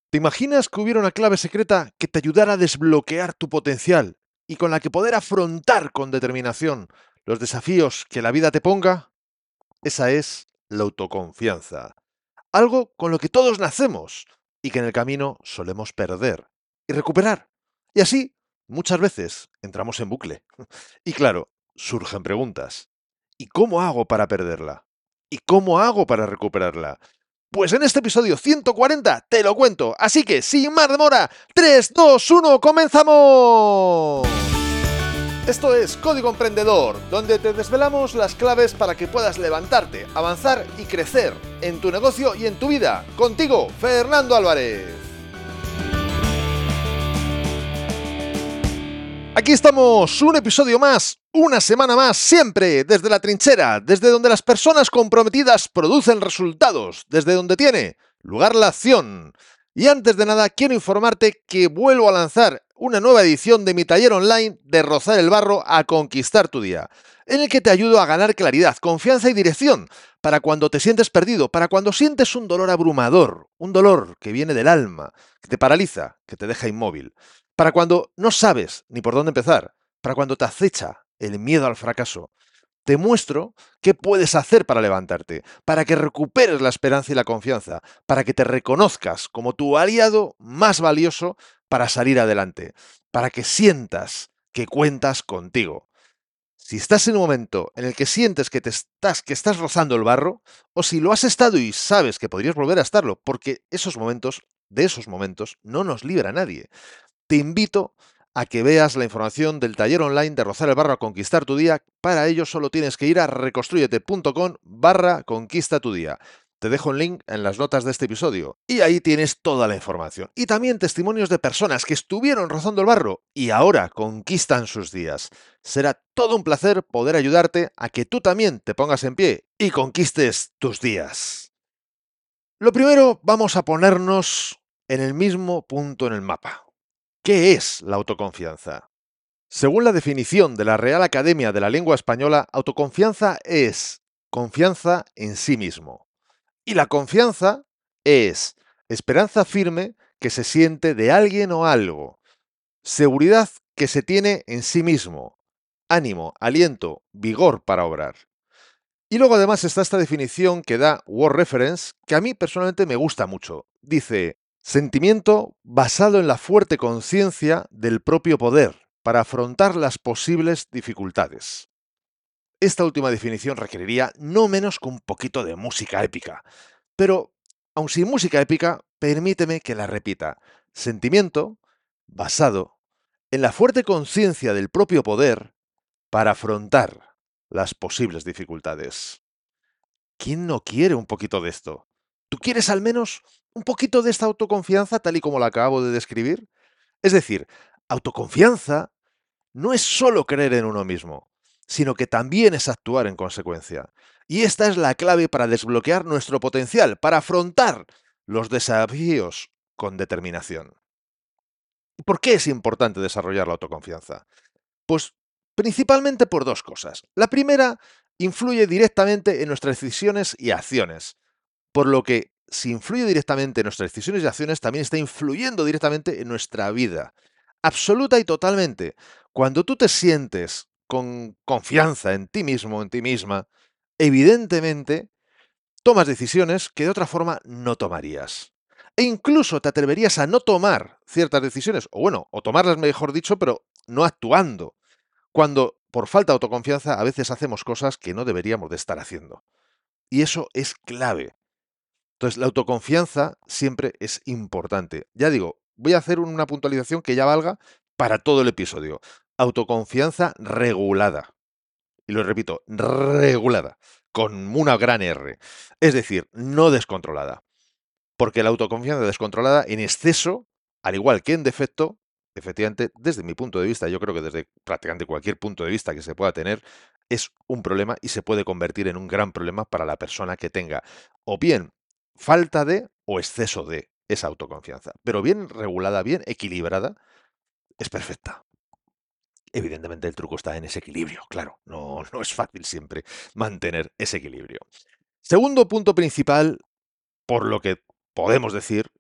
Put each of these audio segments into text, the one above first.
¿Te imaginas que hubiera una clave secreta que te ayudara a desbloquear tu potencial y con la que poder afrontar con determinación los desafíos que la vida te ponga? Esa es la autoconfianza. Algo con lo que todos nacemos y que en el camino solemos perder y recuperar. Y así, muchas veces, entramos en bucle. Y claro, surgen preguntas. ¿Y cómo hago para perderla? ¿Y cómo hago para recuperarla? Pues en este episodio 140 te lo cuento. Así que, sin más demora, 3, 2, 1, ¡comenzamos! Esto es Código Emprendedor, donde te desvelamos las claves para que puedas levantarte, avanzar y crecer en tu negocio y en tu vida. Contigo, Fernando Álvarez. Aquí estamos, un episodio más, una semana más, siempre desde la trinchera, desde donde las personas comprometidas producen resultados, desde donde tiene lugar la acción. Y antes de nada, quiero informarte que vuelvo a lanzar una nueva edición de mi taller online de Rozar el Barro a Conquistar tu Día, en el que te ayudo a ganar claridad, confianza y dirección para cuando te sientes perdido, para cuando sientes un dolor abrumador, un dolor que viene del alma, que te paraliza, que te deja inmóvil. Para cuando no sabes ni por dónde empezar, para cuando te acecha el miedo al fracaso, te muestro qué puedes hacer para levantarte, para que recuperes la esperanza y la confianza, para que te reconozcas como tu aliado más valioso para salir adelante, para que sientas que cuentas contigo. Si estás en un momento en el que sientes que estás rozando el barro, o si lo has estado y sabes que podrías volver a estarlo, porque de esos momentos, no nos libra nadie. Te invito a que veas la información del taller online de Rozar el Barro a Conquistar tu Día. Para ello solo tienes que ir a reconstruyete.com/conquista tu día. Te dejo un link en las notas de este episodio y ahí tienes toda la información. Y también testimonios de personas que estuvieron rozando el barro y ahora conquistan sus días. Será todo un placer poder ayudarte a que tú también te pongas en pie y conquistes tus días. Lo primero, vamos a ponernos en el mismo punto en el mapa. ¿Qué es la autoconfianza? Según la definición de la Real Academia de la Lengua Española, autoconfianza es confianza en sí mismo. Y la confianza es esperanza firme que se siente de alguien o algo, seguridad que se tiene en sí mismo, ánimo, aliento, vigor para obrar. Y luego además está esta definición que da Word Reference, que a mí personalmente me gusta mucho. Dice, sentimiento basado en la fuerte conciencia del propio poder para afrontar las posibles dificultades. Esta última definición requeriría no menos que un poquito de música épica. Pero, aun sin música épica, permíteme que la repita. Sentimiento basado en la fuerte conciencia del propio poder para afrontar las posibles dificultades. ¿Quién no quiere un poquito de esto? ¿Tú quieres al menos un poquito de esta autoconfianza tal y como la acabo de describir? Es decir, autoconfianza no es solo creer en uno mismo, sino que también es actuar en consecuencia. Y esta es la clave para desbloquear nuestro potencial, para afrontar los desafíos con determinación. ¿Y por qué es importante desarrollar la autoconfianza? Pues principalmente por dos cosas. La primera, influye directamente en nuestras decisiones y acciones. Por lo que, si influye directamente en nuestras decisiones y acciones, también está influyendo directamente en nuestra vida. Absoluta y totalmente. Cuando tú te sientes con confianza en ti mismo, en ti misma, evidentemente tomas decisiones que de otra forma no tomarías. E incluso te atreverías a no tomar ciertas decisiones, o bueno, o tomarlas mejor dicho, pero no actuando. Cuando, por falta de autoconfianza, a veces hacemos cosas que no deberíamos de estar haciendo. Y eso es clave. Entonces, la autoconfianza siempre es importante. Ya digo, voy a hacer una puntualización que ya valga para todo el episodio. Autoconfianza regulada. Y lo repito, regulada. Con una gran R. Es decir, no descontrolada. Porque la autoconfianza descontrolada en exceso, al igual que en defecto, efectivamente, desde mi punto de vista, yo creo que desde prácticamente cualquier punto de vista que se pueda tener, es un problema y se puede convertir en un gran problema para la persona que tenga o bien falta de o exceso de esa autoconfianza. Pero bien regulada, bien equilibrada, es perfecta. Evidentemente el truco está en ese equilibrio, claro, no es fácil siempre mantener ese equilibrio. Segundo punto principal, por lo que podemos decir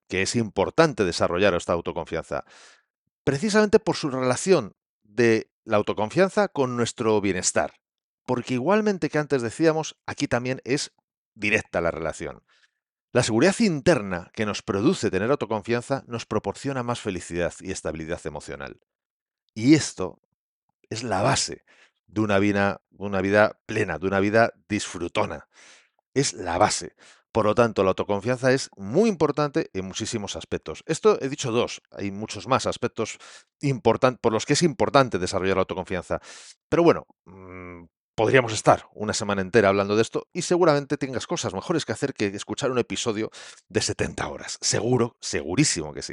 que es importante desarrollar esta autoconfianza, precisamente por su relación de la autoconfianza con nuestro bienestar. Porque igualmente que antes decíamos, aquí también es directa la relación. La seguridad interna que nos produce tener autoconfianza nos proporciona más felicidad y estabilidad emocional. Y esto es la base de una vida plena, de una vida disfrutona. Es la base. Por lo tanto, la autoconfianza es muy importante en muchísimos aspectos. Esto he dicho dos, hay muchos más aspectos por los que es importante desarrollar la autoconfianza. Pero bueno, podríamos estar una semana entera hablando de esto y seguramente tengas cosas mejores que hacer que escuchar un episodio de 70 horas. Seguro, segurísimo que sí.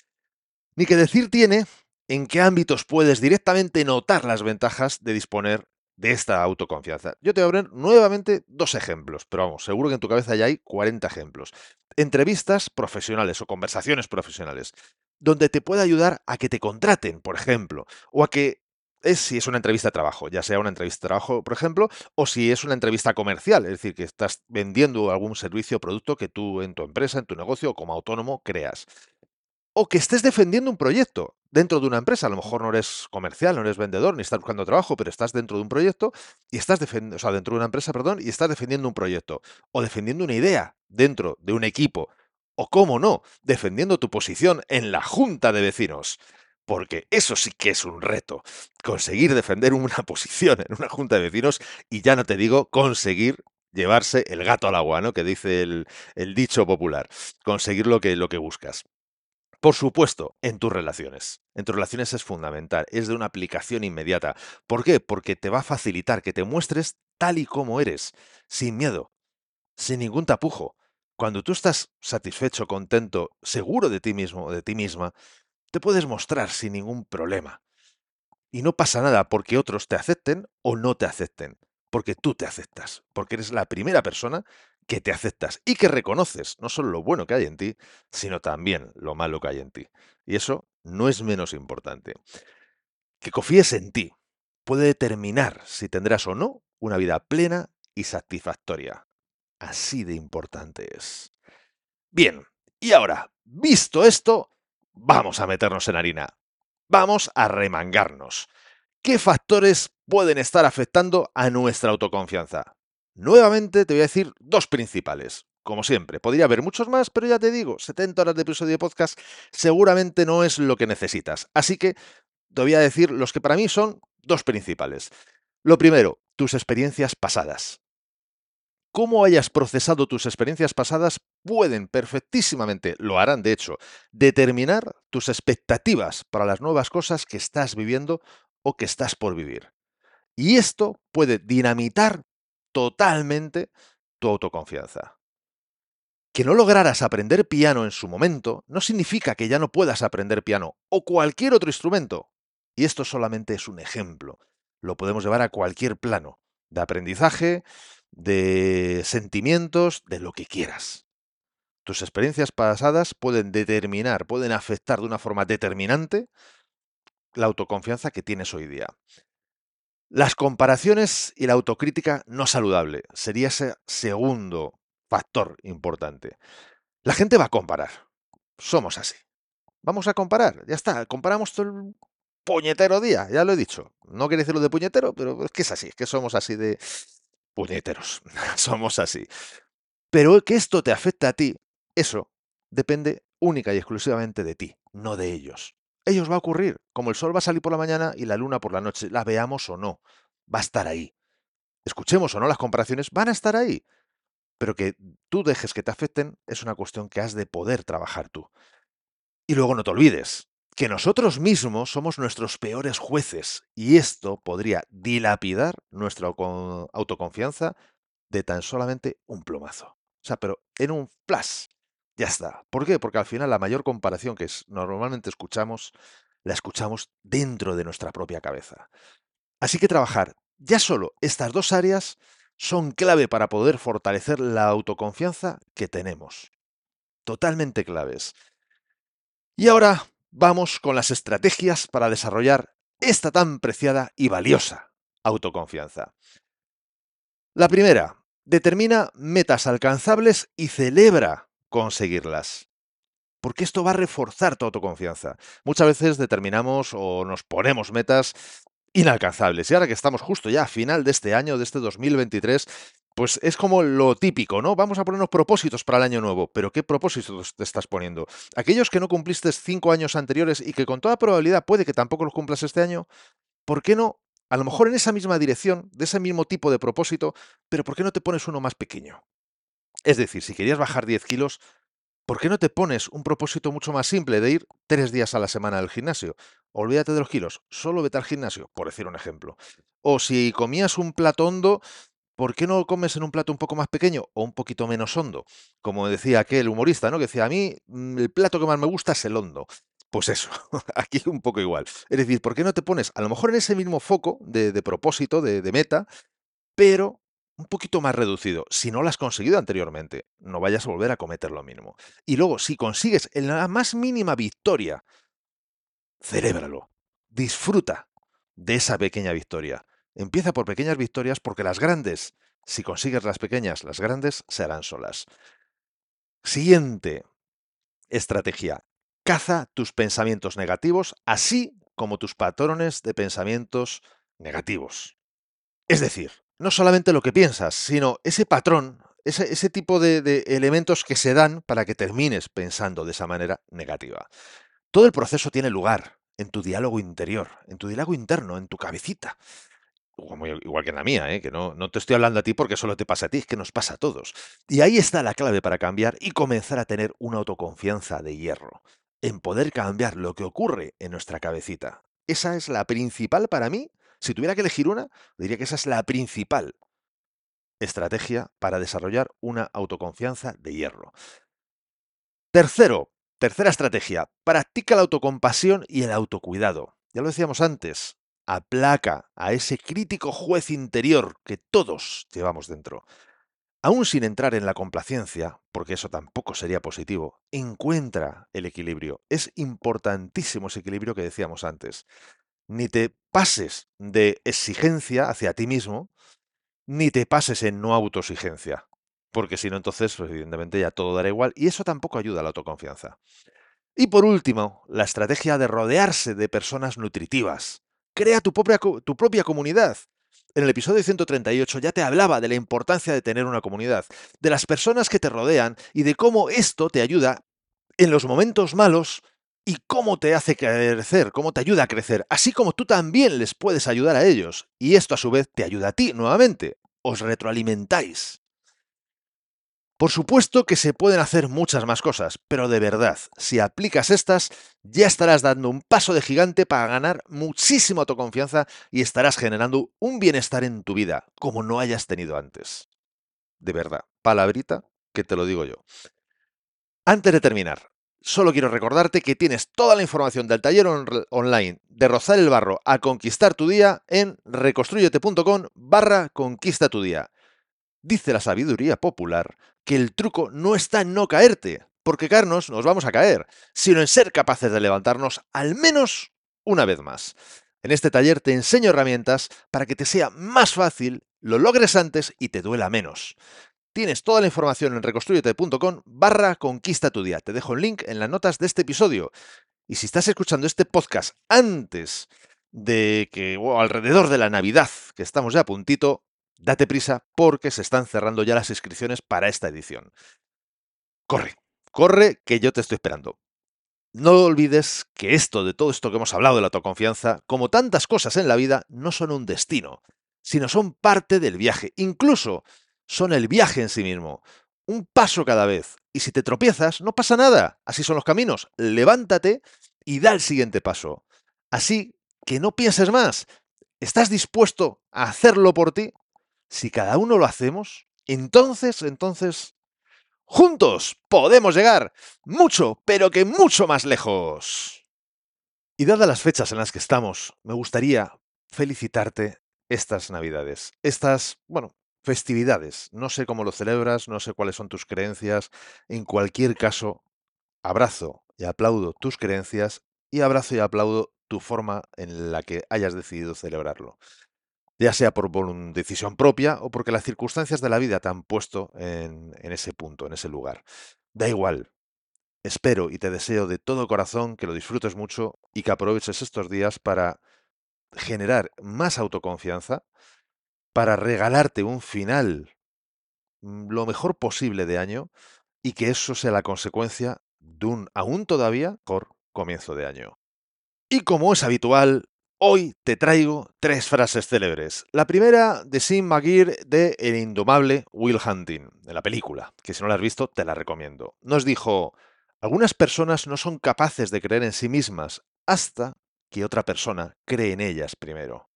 Ni que decir tiene en qué ámbitos puedes directamente notar las ventajas de disponer de esta autoconfianza. Yo te voy a poner nuevamente dos ejemplos, pero vamos, seguro que en tu cabeza ya hay 40 ejemplos. Entrevistas profesionales o conversaciones profesionales, donde te puede ayudar a que te contraten, por ejemplo, o a que si es una entrevista de trabajo, ya sea una entrevista de trabajo, por ejemplo, o si es una entrevista comercial, es decir, que estás vendiendo algún servicio o producto que tú en tu empresa, en tu negocio o como autónomo creas. O que estés defendiendo un proyecto dentro de una empresa. A lo mejor no eres comercial, no eres vendedor, ni estás buscando trabajo, pero estás dentro de un proyecto y estás defendiendo, o sea, dentro de una empresa, perdón, y estás defendiendo un proyecto. O defendiendo una idea dentro de un equipo. O, cómo no, defendiendo tu posición en la junta de vecinos. Porque eso sí que es un reto. Conseguir defender una posición en una junta de vecinos y ya no te digo conseguir llevarse el gato al agua, ¿no? Que dice el dicho popular. Conseguir lo que buscas. Por supuesto, en tus relaciones. En tus relaciones es fundamental, es de una aplicación inmediata. ¿Por qué? Porque te va a facilitar que te muestres tal y como eres, sin miedo, sin ningún tapujo. Cuando tú estás satisfecho, contento, seguro de ti mismo o de ti misma, te puedes mostrar sin ningún problema. Y no pasa nada porque otros te acepten o no te acepten, porque tú te aceptas, porque eres la primera persona que te aceptas y que reconoces no solo lo bueno que hay en ti, sino también lo malo que hay en ti. Y eso no es menos importante. Que confíes en ti puede determinar si tendrás o no una vida plena y satisfactoria. Así de importante es. Bien, y ahora, visto esto, vamos a meternos en harina. Vamos a remangarnos. ¿Qué factores pueden estar afectando a nuestra autoconfianza? Nuevamente te voy a decir dos principales. Como siempre, podría haber muchos más, pero ya te digo, 70 horas de episodio de podcast seguramente no es lo que necesitas. Así que te voy a decir los que para mí son dos principales. Lo primero, tus experiencias pasadas. Cómo hayas procesado tus experiencias pasadas pueden perfectísimamente, lo harán de hecho, determinar tus expectativas para las nuevas cosas que estás viviendo o que estás por vivir. Y esto puede dinamitar totalmente tu autoconfianza. Que no lograras aprender piano en su momento no significa que ya no puedas aprender piano o cualquier otro instrumento. Y esto solamente es un ejemplo. Lo podemos llevar a cualquier plano de aprendizaje, de sentimientos, de lo que quieras. Tus experiencias pasadas pueden determinar, pueden afectar de una forma determinante la autoconfianza que tienes hoy día. Las comparaciones y la autocrítica no saludable sería ese segundo factor importante. La gente va a comparar. Somos así. Vamos a comparar. Ya está. Comparamos todo el puñetero día. Ya lo he dicho. No quiere decir lo de puñetero, pero es que es así. Es que somos así de puñeteros. Somos así. Pero que esto te afecte a ti, eso depende única y exclusivamente de ti, no de ellos. Ellos va a ocurrir. Como el sol va a salir por la mañana y la luna por la noche, la veamos o no, va a estar ahí. Escuchemos o no las comparaciones, van a estar ahí. Pero que tú dejes que te afecten es una cuestión que has de poder trabajar tú. Y luego no te olvides que nosotros mismos somos nuestros peores jueces y esto podría dilapidar nuestra autoconfianza de tan solamente un plumazo. O sea, pero en un flash. Ya está. ¿Por qué? Porque al final la mayor comparación que normalmente escuchamos, la escuchamos dentro de nuestra propia cabeza. Así que trabajar ya solo estas dos áreas son clave para poder fortalecer la autoconfianza que tenemos. Totalmente claves. Y ahora vamos con las estrategias para desarrollar esta tan preciada y valiosa autoconfianza. La primera, determina metas alcanzables y celebra conseguirlas. porque esto va a reforzar tu autoconfianza. Muchas veces determinamos o nos ponemos metas inalcanzables. Y ahora que estamos justo ya a final de este año, de este 2023, pues es como lo típico, ¿no? Vamos a ponernos propósitos para el año nuevo. Pero ¿qué propósitos te estás poniendo? ¿Aquellos que no cumpliste 5 años anteriores y que con toda probabilidad puede que tampoco los cumplas este año? ¿Por qué no? A lo mejor en esa misma dirección, de ese mismo tipo de propósito, pero ¿por qué no te pones uno más pequeño? Es decir, si querías bajar 10 kilos, ¿por qué no te pones un propósito mucho más simple de ir 3 días a la semana al gimnasio? Olvídate de los kilos, solo vete al gimnasio, por decir un ejemplo. O si comías un plato hondo, ¿por qué no comes en un plato un poco más pequeño o un poquito menos hondo? Como decía aquel humorista, ¿no? Que decía, a mí el plato que más me gusta es el hondo. Pues eso, aquí un poco igual. Es decir, ¿por qué no te pones a lo mejor en ese mismo foco de propósito, de meta, pero un poquito más reducido, si no lo has conseguido anteriormente? No vayas a volver a cometer lo mismo. Y luego, si consigues en la más mínima victoria, celébralo. Disfruta de esa pequeña victoria. Empieza por pequeñas victorias porque las grandes, si consigues las pequeñas, las grandes se harán solas. Siguiente estrategia. Caza tus pensamientos negativos, así como tus patrones de pensamientos negativos. Es decir, no solamente lo que piensas, sino ese patrón, ese tipo de elementos que se dan para que termines pensando de esa manera negativa. Todo el proceso tiene lugar en tu diálogo interior, en tu diálogo interno, en tu cabecita. Igual que en la mía, ¿eh? Que no te estoy hablando a ti porque solo te pasa a ti, es que nos pasa a todos. Y ahí está la clave para cambiar y comenzar a tener una autoconfianza de hierro, en poder cambiar lo que ocurre en nuestra cabecita. Esa es la principal para mí. Si tuviera que elegir una, diría que esa es la principal estrategia para desarrollar una autoconfianza de hierro. Tercera estrategia, practica la autocompasión y el autocuidado. Ya lo decíamos antes, aplaca a ese crítico juez interior que todos llevamos dentro. Aún sin entrar en la complacencia, porque eso tampoco sería positivo, encuentra el equilibrio. Es importantísimo ese equilibrio que decíamos antes. Ni te pases de exigencia hacia ti mismo, ni te pases en no autoexigencia. Porque si no, entonces, pues, evidentemente, ya todo dará igual y eso tampoco ayuda a la autoconfianza. Y por último, la estrategia de rodearse de personas nutritivas. Crea tu propia comunidad. En el episodio 138 ya te hablaba de la importancia de tener una comunidad, de las personas que te rodean y de cómo esto te ayuda en los momentos malos y cómo te hace crecer, cómo te ayuda a crecer, así como tú también les puedes ayudar a ellos. Y esto a su vez te ayuda a ti nuevamente. Os retroalimentáis. Por supuesto que se pueden hacer muchas más cosas, pero de verdad, si aplicas estas, ya estarás dando un paso de gigante para ganar muchísima autoconfianza y estarás generando un bienestar en tu vida, como no hayas tenido antes. De verdad, palabrita que te lo digo yo. Antes de terminar, solo quiero recordarte que tienes toda la información del taller online de Rozar el Barro a conquistar tu día en reconstruyete.com/conquista tu día. Dice la sabiduría popular que el truco no está en no caerte, porque caernos nos vamos a caer, sino en ser capaces de levantarnos al menos una vez más. En este taller te enseño herramientas para que te sea más fácil, lo logres antes y te duela menos. Tienes toda la información en reconstruyete.com/conquista tu día. Te dejo el link en las notas de este episodio. Y si estás escuchando este podcast antes de que, o alrededor de la Navidad, que estamos ya a puntito, date prisa porque se están cerrando ya las inscripciones para esta edición. Corre, corre, que yo te estoy esperando. No olvides que de todo esto que hemos hablado de la autoconfianza, como tantas cosas en la vida, no son un destino, sino son parte del viaje. Incluso son el viaje en sí mismo. Un paso cada vez. Y si te tropiezas, no pasa nada. Así son los caminos. Levántate y da el siguiente paso. Así que no pienses más. ¿Estás dispuesto a hacerlo por ti? Si cada uno lo hacemos, entonces juntos podemos llegar mucho, pero que mucho más lejos. Y dadas las fechas en las que estamos, me gustaría felicitarte estas Navidades, festividades. No sé cómo lo celebras, no sé cuáles son tus creencias. En cualquier caso, abrazo y aplaudo tus creencias y abrazo y aplaudo tu forma en la que hayas decidido celebrarlo. Ya sea por decisión propia o porque las circunstancias de la vida te han puesto en ese punto, en ese lugar. Da igual, espero y te deseo de todo corazón que lo disfrutes mucho y que aproveches estos días para generar más autoconfianza, para regalarte un final lo mejor posible de año y que eso sea la consecuencia de un aún todavía mejor comienzo de año. Y como es habitual, hoy te traigo 3 frases célebres. La primera de Sean McGear de El indomable Will Hunting, de la película, que si no la has visto te la recomiendo. Nos dijo: algunas personas no son capaces de creer en sí mismas hasta que otra persona cree en ellas primero.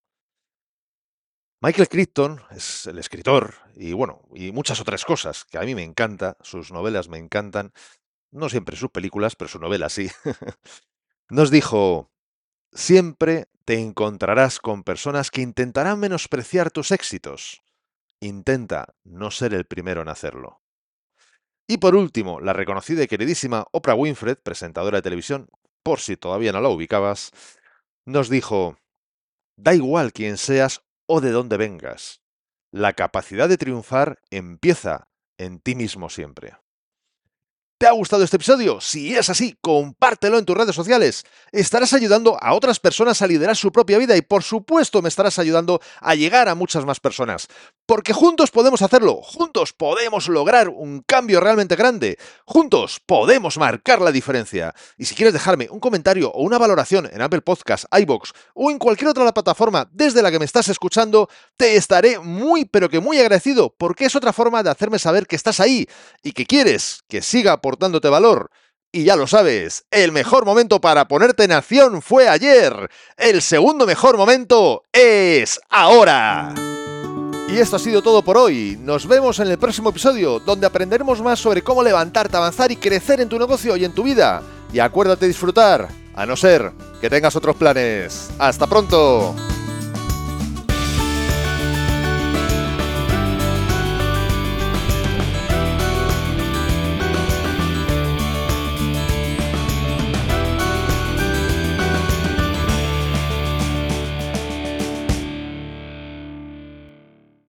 Michael Crichton es el escritor y bueno, y muchas otras cosas que a mí me encanta, sus novelas me encantan, no siempre sus películas, pero sus novelas sí. Nos dijo: siempre te encontrarás con personas que intentarán menospreciar tus éxitos. Intenta no ser el primero en hacerlo. Y por último, la reconocida y queridísima Oprah Winfrey, presentadora de televisión, por si todavía no la ubicabas, nos dijo: da igual quién seas o de dónde vengas. La capacidad de triunfar empieza en ti mismo siempre. ¿Te ha gustado este episodio? Si es así, compártelo en tus redes sociales. Estarás ayudando a otras personas a liderar su propia vida y, por supuesto, me estarás ayudando a llegar a muchas más personas. Porque juntos podemos hacerlo, juntos podemos lograr un cambio realmente grande, juntos podemos marcar la diferencia. Y si quieres dejarme un comentario o una valoración en Apple Podcasts, iVoox o en cualquier otra plataforma desde la que me estás escuchando, te estaré muy pero que muy agradecido, porque es otra forma de hacerme saber que estás ahí y que quieres que siga aportándote valor. Y ya lo sabes, el mejor momento para ponerte en acción fue ayer. El segundo mejor momento es ahora. Y esto ha sido todo por hoy. Nos vemos en el próximo episodio, donde aprenderemos más sobre cómo levantarte, avanzar y crecer en tu negocio y en tu vida. Y acuérdate de disfrutar, a no ser que tengas otros planes. ¡Hasta pronto!